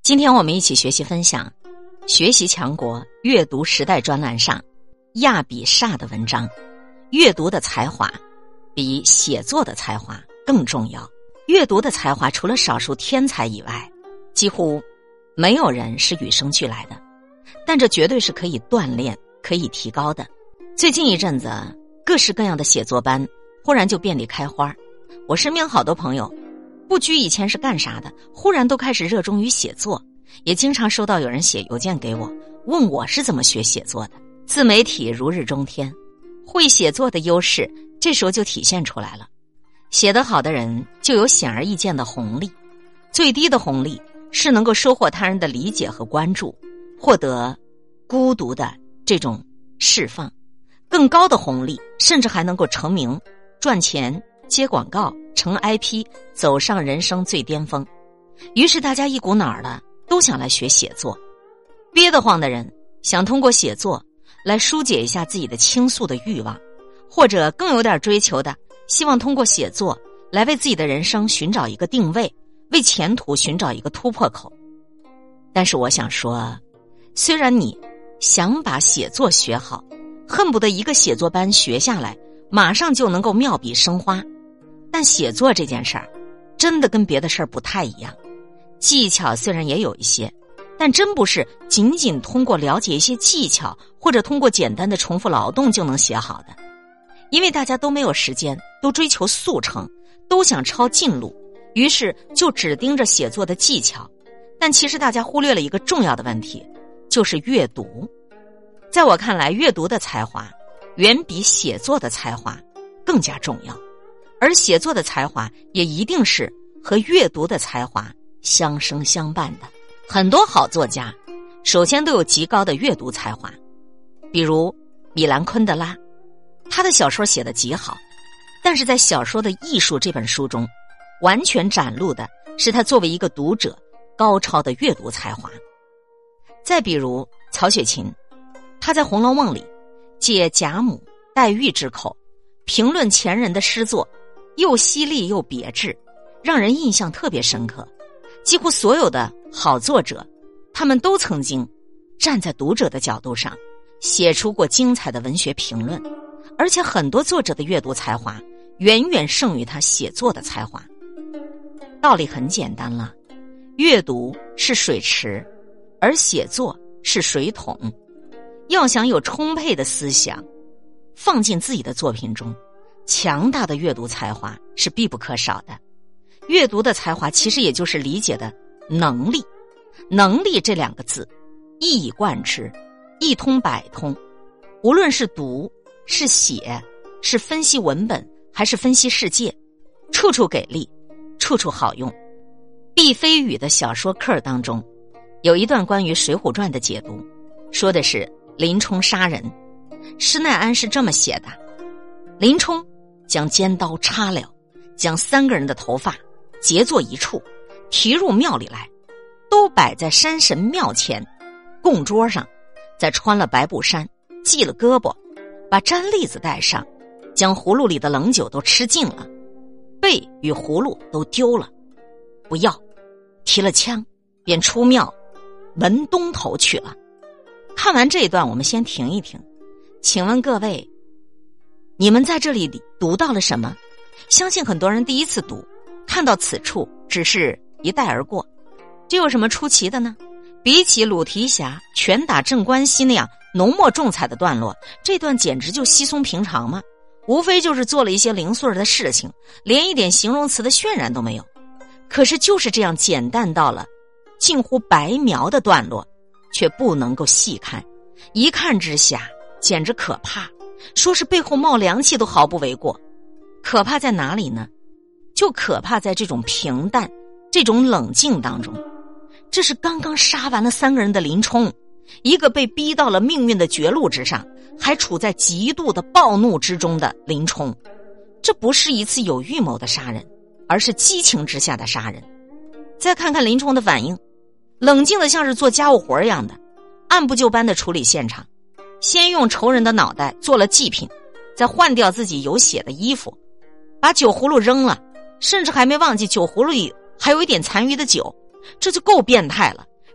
今天我们一起学习分享学习强国阅读时代专栏上亚比煞的文章，阅读的才华比写作的才华更重要。阅读的才华除了少数天才以外，几乎没有人是与生俱来的，但这绝对是可以锻炼可以提高的。最近一阵子各式各样的写作班忽然就遍地开花，我身边好多朋友不拘以前是干啥的，忽然都开始热衷于写作，也经常收到有人写邮件给我，问我是怎么学写作的。自媒体如日中天，会写作的优势这时候就体现出来了。写得好的人就有显而易见的红利，最低的红利是能够收获他人的理解和关注，获得孤独的这种释放，更高的红利甚至还能够成名、赚钱、接广告、成 IP， 走上人生最巅峰。于是大家一股脑儿的都想来学写作，憋得慌的人想通过写作来疏解一下自己的倾诉的欲望，或者更有点追求的希望通过写作来为自己的人生寻找一个定位，为前途寻找一个突破口。但是我想说，虽然你想把写作学好，恨不得一个写作班学下来马上就能够妙笔生花，但写作这件事儿真的跟别的事儿不太一样。技巧虽然也有一些，但真不是仅仅通过了解一些技巧或者通过简单的重复劳动就能写好的。因为大家都没有时间，都追求速成，都想抄近路，于是就只盯着写作的技巧，但其实大家忽略了一个重要的问题，就是阅读。在我看来，阅读的才华远比写作的才华更加重要，而写作的才华也一定是和阅读的才华相生相伴的。很多好作家首先都有极高的阅读才华，比如米兰昆德拉，他的小说写得极好，但是在小说的艺术这本书中完全展露的是他作为一个读者高超的阅读才华。再比如曹雪芹，他在《红楼梦》里借贾母、黛玉之口评论前人的诗作，又犀利又别致，让人印象特别深刻。几乎所有的好作者，他们都曾经站在读者的角度上写出过精彩的文学评论，而且很多作者的阅读才华远远胜于他写作的才华。道理很简单了，阅读是水池，而写作是水桶。要想有充沛的思想放进自己的作品中，强大的阅读才华是必不可少的。阅读的才华其实也就是理解的能力，能力这两个字一以贯之，一通百通，无论是读是写是分析文本还是分析世界，处处给力，处处好用。毕飞宇的小说课当中有一段关于水浒传的解读，说的是林冲杀人。施耐庵是这么写的：林冲将尖刀插了，将3个人的头发结作一处，提入庙里来，都摆在山神庙前供桌上，再穿了白布衫，系了胳膊，把毡栗子带上，将葫芦里的冷酒都吃尽了，背与葫芦都丢了，不要，提了枪便出庙文东头去了。看完这一段，我们先停一停，请问各位，你们在这里读到了什么？相信很多人第一次读，看到此处只是一带而过，这有什么出奇的呢？比起鲁提辖拳打镇关西那样浓墨重彩的段落，这段简直就稀松平常嘛，无非就是做了一些零碎的事情，连一点形容词的渲染都没有。可是就是这样简单到了近乎白描的段落，却不能够细看，一看之下简直可怕，说是背后冒凉气都毫不为过。可怕在哪里呢？就可怕在这种平淡，这种冷静当中。这是刚刚杀完了3个人的林冲，一个被逼到了命运的绝路之上，还处在极度的暴怒之中的林冲。这不是一次有预谋的杀人，而是激情之下的杀人。再看看林冲的反应，冷静的像是做家务活一样的，按部就班的处理现场，先用仇人的脑袋做了祭品，再换掉自己有血的衣服，把酒葫芦扔了，甚至还没忘记酒葫芦里还有一点残余的酒，这就够变态了。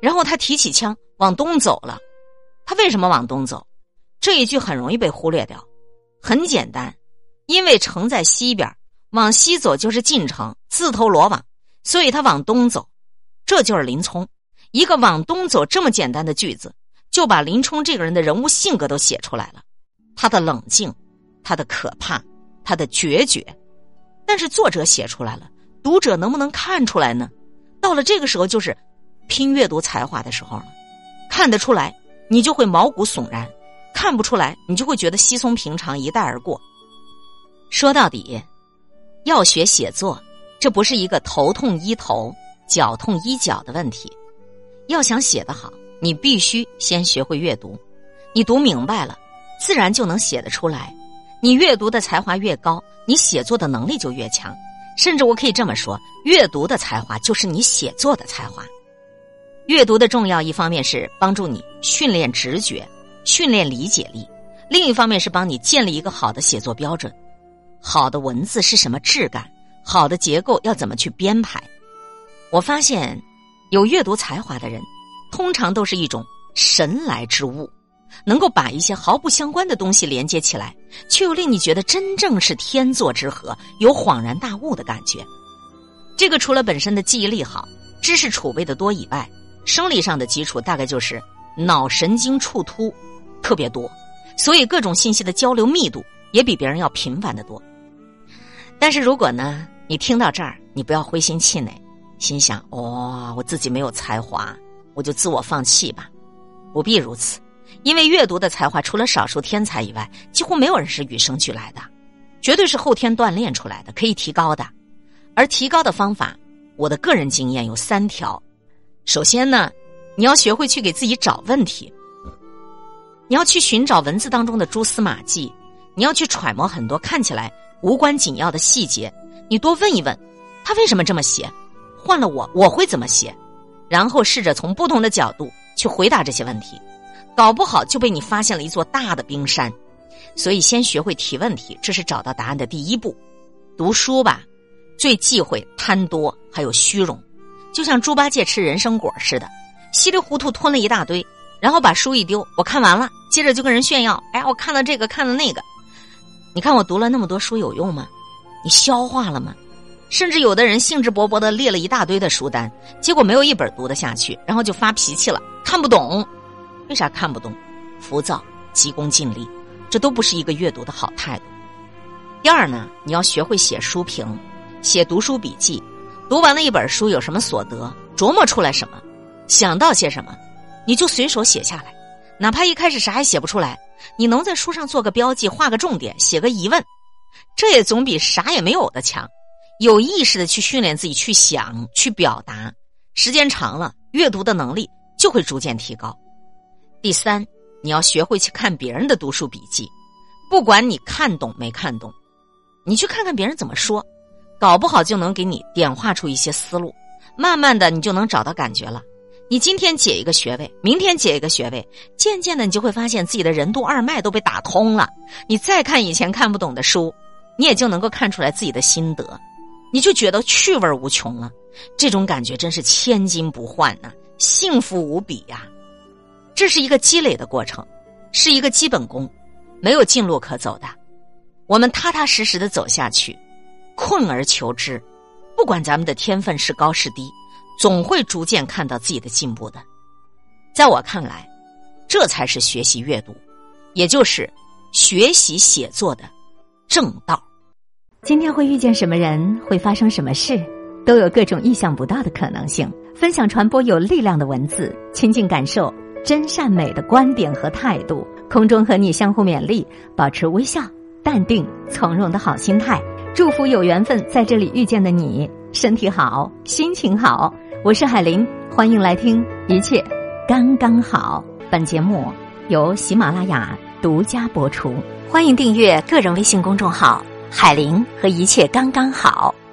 然后他提起枪往东走了。他为什么往东走？这一句很容易被忽略掉。很简单，因为城在西边，往西走就是进城，自投罗网，所以他往东走。这就是林冲。一个往东走这么简单的句子，就把林冲这个人的人物性格都写出来了。他的冷静，他的可怕，他的决绝。但是作者写出来了，读者能不能看出来呢？到了这个时候就是拼阅读才华的时候了。看得出来你就会毛骨悚然，看不出来你就会觉得稀松平常，一带而过。说到底，要学写作，这不是一个头痛医头脚痛医脚的问题。要想写得好，你必须先学会阅读。你读明白了，自然就能写得出来。你阅读的才华越高，你写作的能力就越强。甚至我可以这么说，阅读的才华就是你写作的才华。阅读的重要，一方面是帮助你训练直觉，训练理解力，另一方面是帮你建立一个好的写作标准。好的文字是什么质感，好的结构要怎么去编排。我发现有阅读才华的人通常都是一种神来之物，能够把一些毫不相关的东西连接起来，却又令你觉得真正是天作之合，有恍然大悟的感觉。这个除了本身的记忆力好，知识储备的多以外，生理上的基础大概就是脑神经触突特别多，所以各种信息的交流密度也比别人要频繁的多。但是如果呢，你听到这儿，你不要灰心气馁，心想我自己没有才华，我就自我放弃吧。不必如此，因为阅读的才华除了少数天才以外，几乎没有人是与生俱来的，绝对是后天锻炼出来的，可以提高的。而提高的方法，我的个人经验有3条。首先呢，你要学会去给自己找问题，你要去寻找文字当中的蛛丝马迹，你要去揣摩很多看起来无关紧要的细节，你多问一问他为什么这么写，换了我会怎么写，然后试着从不同的角度去回答这些问题，搞不好就被你发现了一座大的冰山。所以先学会提问题，这是找到答案的第一步。读书吧，最忌讳贪多还有虚荣，就像猪八戒吃人参果似的，稀里糊涂吞了一大堆，然后把书一丢，我看完了，接着就跟人炫耀，我看了这个看了那个。你看我读了那么多书有用吗？你消化了吗？甚至有的人兴致勃勃地列了一大堆的书单，结果没有一本读得下去，然后就发脾气了，看不懂。为啥看不懂？浮躁，急功近利，这都不是一个阅读的好态度。第二呢，你要学会写书评，写读书笔记，读完了一本书有什么所得，琢磨出来什么，想到些什么，你就随手写下来，哪怕一开始啥也写不出来，你能在书上做个标记，画个重点，写个疑问，这也总比啥也没有的强。有意识的去训练自己去想去表达，时间长了，阅读的能力就会逐渐提高。第三，你要学会去看别人的读书笔记，不管你看懂没看懂，你去看看别人怎么说，搞不好就能给你点化出一些思路，慢慢的你就能找到感觉了。你今天解一个穴位，明天解一个穴位，渐渐的你就会发现自己的任督二脉都被打通了。你再看以前看不懂的书，你也就能够看出来自己的心得，你就觉得趣味无穷了。这种感觉真是千金不换呐，幸福无比呀。这是一个积累的过程，是一个基本功，没有近路可走的。我们踏踏实实的走下去，困而求之，不管咱们的天分是高是低，总会逐渐看到自己的进步的。在我看来，这才是学习阅读，也就是学习写作的正道。 今天会遇见什么人，会发生什么事，都有各种意想不到的可能性。分享传播有力量的文字，亲近感受真善美的观点和态度。空中和你相互勉励，保持微笑、淡定、从容的好心态。祝福有缘分在这里遇见的你，身体好，心情好。我是海林，欢迎来听一切刚刚好。本节目由喜马拉雅独家播出，欢迎订阅个人微信公众号海林和一切刚刚好。